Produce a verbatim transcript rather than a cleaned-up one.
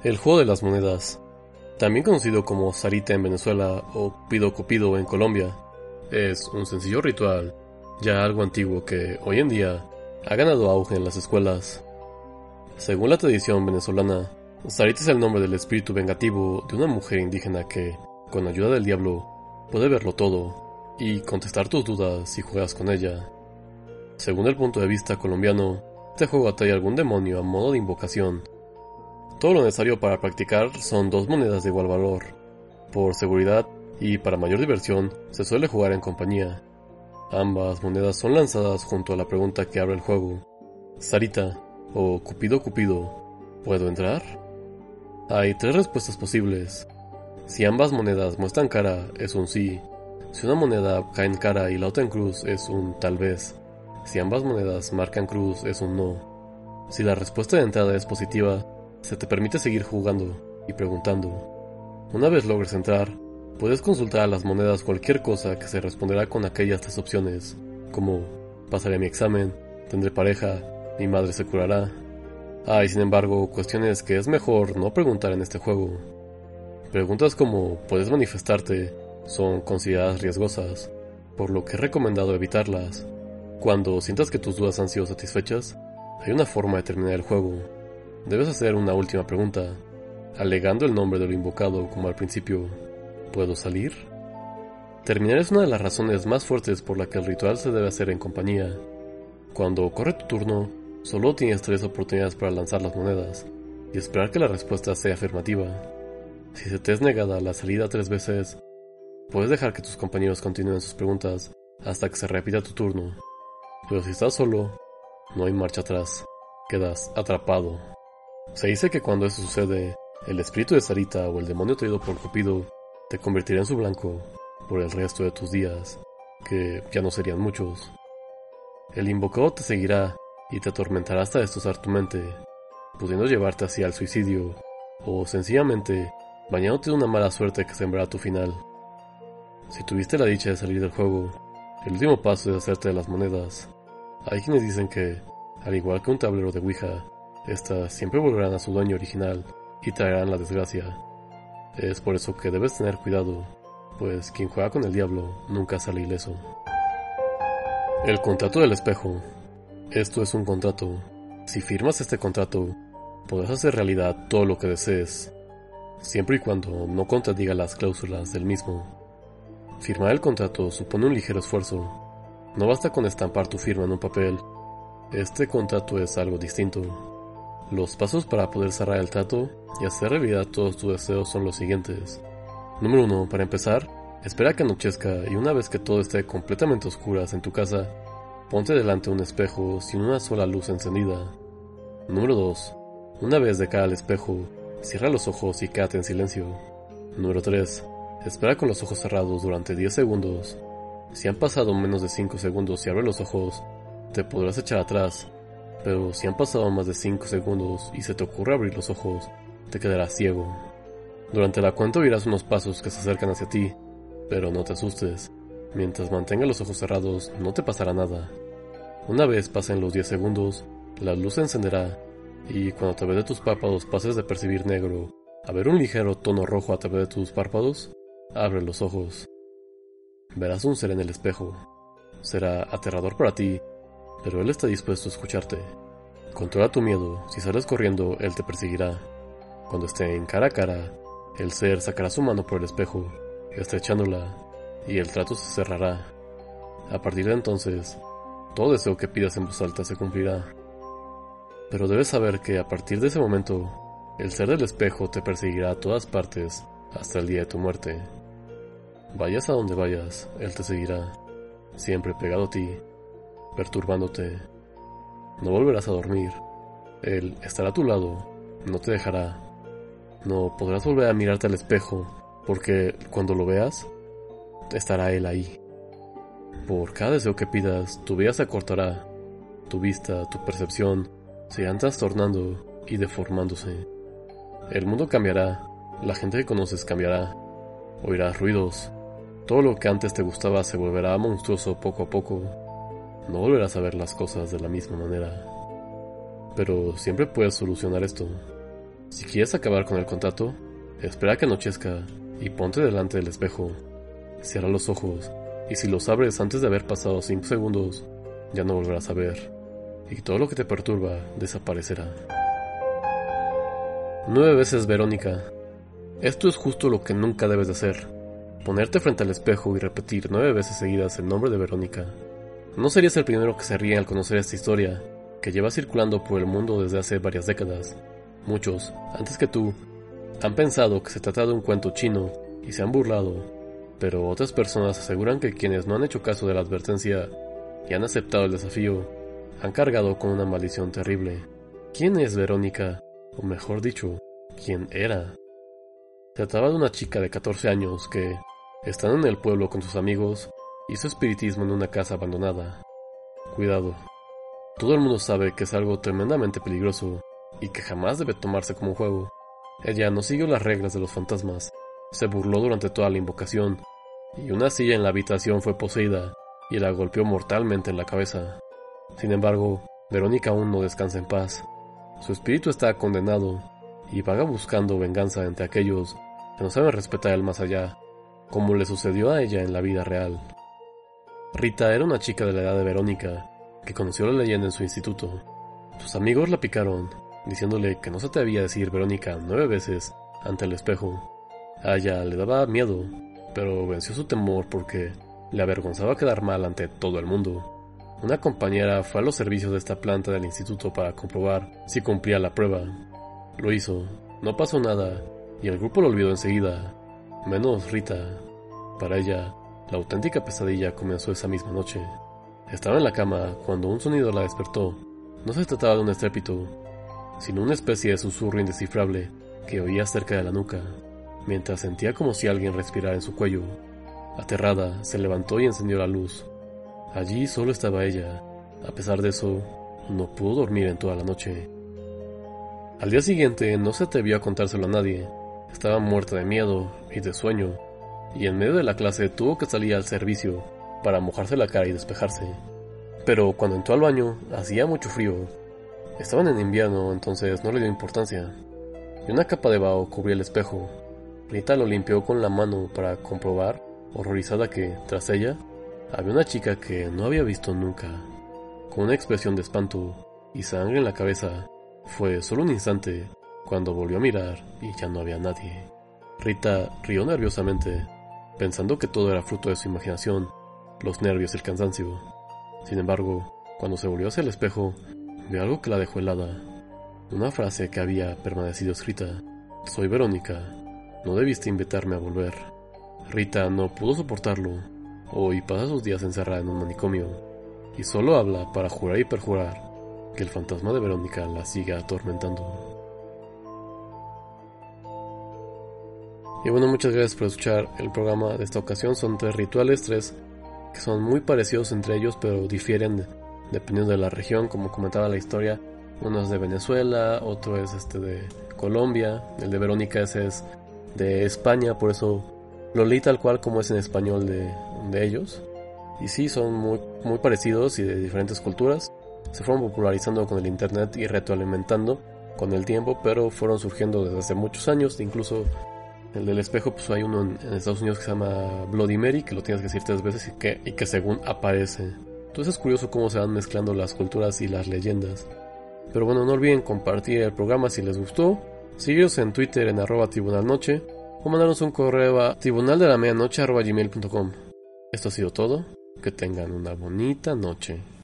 El juego de las monedas, también conocido como Sarita en Venezuela o Pido Cupido en Colombia, es un sencillo ritual, ya algo antiguo que, hoy en día, ha ganado auge en las escuelas. Según la tradición venezolana, Sarita es el nombre del espíritu vengativo de una mujer indígena que, con ayuda del diablo, puede verlo todo y contestar tus dudas si juegas con ella. Según el punto de vista colombiano, este juego atrae algún demonio a modo de invocación. Todo lo necesario para practicar son dos monedas de igual valor. Por seguridad y para mayor diversión, se suele jugar en compañía. Ambas monedas son lanzadas junto a la pregunta que abre el juego. Sarita, o Cupido Cupido, ¿puedo entrar? Hay tres respuestas posibles. Si ambas monedas muestran cara, es un sí. Si una moneda cae en cara y la otra en cruz, es un tal vez. Si ambas monedas marcan cruz, es un no. Si la respuesta de entrada es positiva, se te permite seguir jugando y preguntando. Una vez logres entrar, puedes consultar a las monedas cualquier cosa que se responderá con aquellas tres opciones, como pasaré mi examen, tendré pareja, mi madre se curará. Hay, sin embargo, cuestiones que es mejor no preguntar en este juego. Preguntas como ¿puedes manifestarte? Son consideradas riesgosas, por lo que es recomendado evitarlas. Cuando sientas que tus dudas han sido satisfechas, hay una forma de terminar el juego. Debes hacer una última pregunta, alegando el nombre de lo invocado como al principio. ¿Puedo salir? Terminar es una de las razones más fuertes por la que el ritual se debe hacer en compañía. Cuando corre tu turno, solo tienes tres oportunidades para lanzar las monedas y esperar que la respuesta sea afirmativa. Si se te es negada la salida tres veces, puedes dejar que tus compañeros continúen sus preguntas hasta que se repita tu turno. Pero si estás solo, no hay marcha atrás, quedas atrapado. Se dice que cuando eso sucede, el espíritu de Sarita o el demonio traído por Cupido te convertirá en su blanco por el resto de tus días, que ya no serían muchos. El invocado te seguirá y te atormentará hasta destrozar tu mente, pudiendo llevarte hacia el suicidio, o sencillamente bañándote de una mala suerte que sembrará tu final. Si tuviste la dicha de salir del juego, el último paso es hacerte de las monedas. Hay quienes dicen que, al igual que un tablero de Ouija, estas siempre volverán a su dueño original y traerán la desgracia. Es por eso que debes tener cuidado, pues quien juega con el diablo nunca sale ileso. El contrato del espejo. Esto es un contrato. Si firmas este contrato, podrás hacer realidad todo lo que desees, siempre y cuando no contradiga las cláusulas del mismo. Firmar el contrato supone un ligero esfuerzo. No basta con estampar tu firma en un papel. Este contrato es algo distinto. Los pasos para poder cerrar el trato y hacer realidad todos tus deseos son los siguientes. Número uno. Para empezar, espera que anochezca y una vez que todo esté completamente oscuras en tu casa, ponte delante de un espejo sin una sola luz encendida. Número dos. Una vez de cara al espejo, cierra los ojos y quédate en silencio. Número tres. Espera con los ojos cerrados durante diez segundos. Si han pasado menos de cinco segundos y abres los ojos, te podrás echar atrás. Pero si han pasado más de cinco segundos y se te ocurre abrir los ojos, te quedarás ciego. Durante la cuenta oirás unos pasos que se acercan hacia ti, pero no te asustes. Mientras mantengas los ojos cerrados, no te pasará nada. Una vez pasen los diez segundos, la luz se encenderá, y cuando a través de tus párpados pases de percibir negro a ver un ligero tono rojo a través de tus párpados, abre los ojos. Verás un ser en el espejo. Será aterrador para ti, pero él está dispuesto a escucharte. Controla tu miedo. Si sales corriendo, él te perseguirá. Cuando esté en cara a cara, el ser sacará su mano por el espejo, estrechándola, y el trato se cerrará. A partir de entonces, todo deseo que pidas en voz alta se cumplirá. Pero debes saber que a partir de ese momento, el ser del espejo te perseguirá a todas partes hasta el día de tu muerte. Vayas a donde vayas, él te seguirá, siempre pegado a ti, perturbándote. No volverás a dormir. Él estará a tu lado, no te dejará. No podrás volver a mirarte al espejo, porque cuando lo veas, estará él ahí. Por cada deseo que pidas, tu vida se acortará. Tu vista, tu percepción, se irán trastornando y deformándose. El mundo cambiará, la gente que conoces cambiará. Oirás ruidos. Todo lo que antes te gustaba se volverá monstruoso poco a poco. No volverás a ver las cosas de la misma manera. Pero siempre puedes solucionar esto. Si quieres acabar con el contrato, espera que anochezca y ponte delante del espejo. Cierra los ojos, y si los abres antes de haber pasado cinco segundos, ya no volverás a ver, y todo lo que te perturba desaparecerá. Nueve veces Verónica. Esto es justo lo que nunca debes de hacer. Ponerte frente al espejo y repetir nueve veces seguidas el nombre de Verónica. No serías el primero que se ríe al conocer esta historia, que lleva circulando por el mundo desde hace varias décadas. Muchos, antes que tú, han pensado que se trata de un cuento chino y se han burlado, pero otras personas aseguran que quienes no han hecho caso de la advertencia y han aceptado el desafío, han cargado con una maldición terrible. ¿Quién es Verónica? O mejor dicho, ¿quién era? Se trataba de una chica de catorce años que, estando en el pueblo con sus amigos, hizo espiritismo en una casa abandonada. Cuidado. Todo el mundo sabe que es algo tremendamente peligroso y que jamás debe tomarse como un juego. Ella no siguió las reglas de los fantasmas, se burló durante toda la invocación, y una silla en la habitación fue poseída y la golpeó mortalmente en la cabeza. Sin embargo, Verónica aún no descansa en paz. Su espíritu está condenado y vaga buscando venganza entre aquellos que no saben respetar el más allá, como le sucedió a ella en la vida real. Rita era una chica de la edad de Verónica, que conoció la leyenda en su instituto. Sus amigos la picaron, diciéndole que no se atrevía a decir Verónica nueve veces ante el espejo. A ella le daba miedo, pero venció su temor porque le avergonzaba quedar mal ante todo el mundo. Una compañera fue a los servicios de esta planta del instituto para comprobar si cumplía la prueba. Lo hizo, no pasó nada, y el grupo lo olvidó enseguida, menos Rita. Para ella, la auténtica pesadilla comenzó esa misma noche. Estaba en la cama cuando un sonido la despertó. No se trataba de un estrépito, sino una especie de susurro indescifrable que oía cerca de la nuca, mientras sentía como si alguien respirara en su cuello. Aterrada, se levantó y encendió la luz. Allí solo estaba ella. A pesar de eso, no pudo dormir en toda la noche. Al día siguiente no se atrevió a contárselo a nadie. Estaba muerta de miedo y de sueño, y en medio de la clase tuvo que salir al servicio para mojarse la cara y despejarse. Pero cuando entró al baño, hacía mucho frío. Estaban en invierno, entonces no le dio importancia, y una capa de vaho cubría el espejo. Rita lo limpió con la mano para comprobar, horrorizada, que, tras ella, había una chica que no había visto nunca. Con una expresión de espanto y sangre en la cabeza, fue solo un instante cuando volvió a mirar y ya no había nadie. Rita rió nerviosamente, pensando que todo era fruto de su imaginación, los nervios y el cansancio. Sin embargo, cuando se volvió hacia el espejo, vio algo que la dejó helada. Una frase que había permanecido escrita: «Soy Verónica, no debiste invitarme a volver». Rita no pudo soportarlo. Hoy pasa sus días encerrada en un manicomio, y solo habla para jurar y perjurar que el fantasma de Verónica la siga atormentando. Y bueno, muchas gracias por escuchar el programa de esta ocasión. Son tres rituales, tres que son muy parecidos entre ellos, pero difieren de, dependiendo de la región. Como comentaba la historia, uno es de Venezuela, otro es este de Colombia, el de Verónica ese es de España, por eso lo leí tal cual como es en español de, de ellos. Y sí, son muy, muy parecidos y de diferentes culturas. Se fueron popularizando con el internet y retroalimentando con el tiempo, pero fueron surgiendo desde hace muchos años. Incluso el del espejo, pues hay uno en, en Estados Unidos que se llama Bloody Mary, que lo tienes que decir tres veces y que, y que según aparece. Entonces es curioso cómo se van mezclando las culturas y las leyendas. Pero bueno, no olviden compartir el programa si les gustó, seguiros en Twitter en arroba tribunalnoche, o mandarnos un correo a tribunaldelamedianoche arroba gmail punto com. Esto ha sido todo. Que tengan una bonita noche.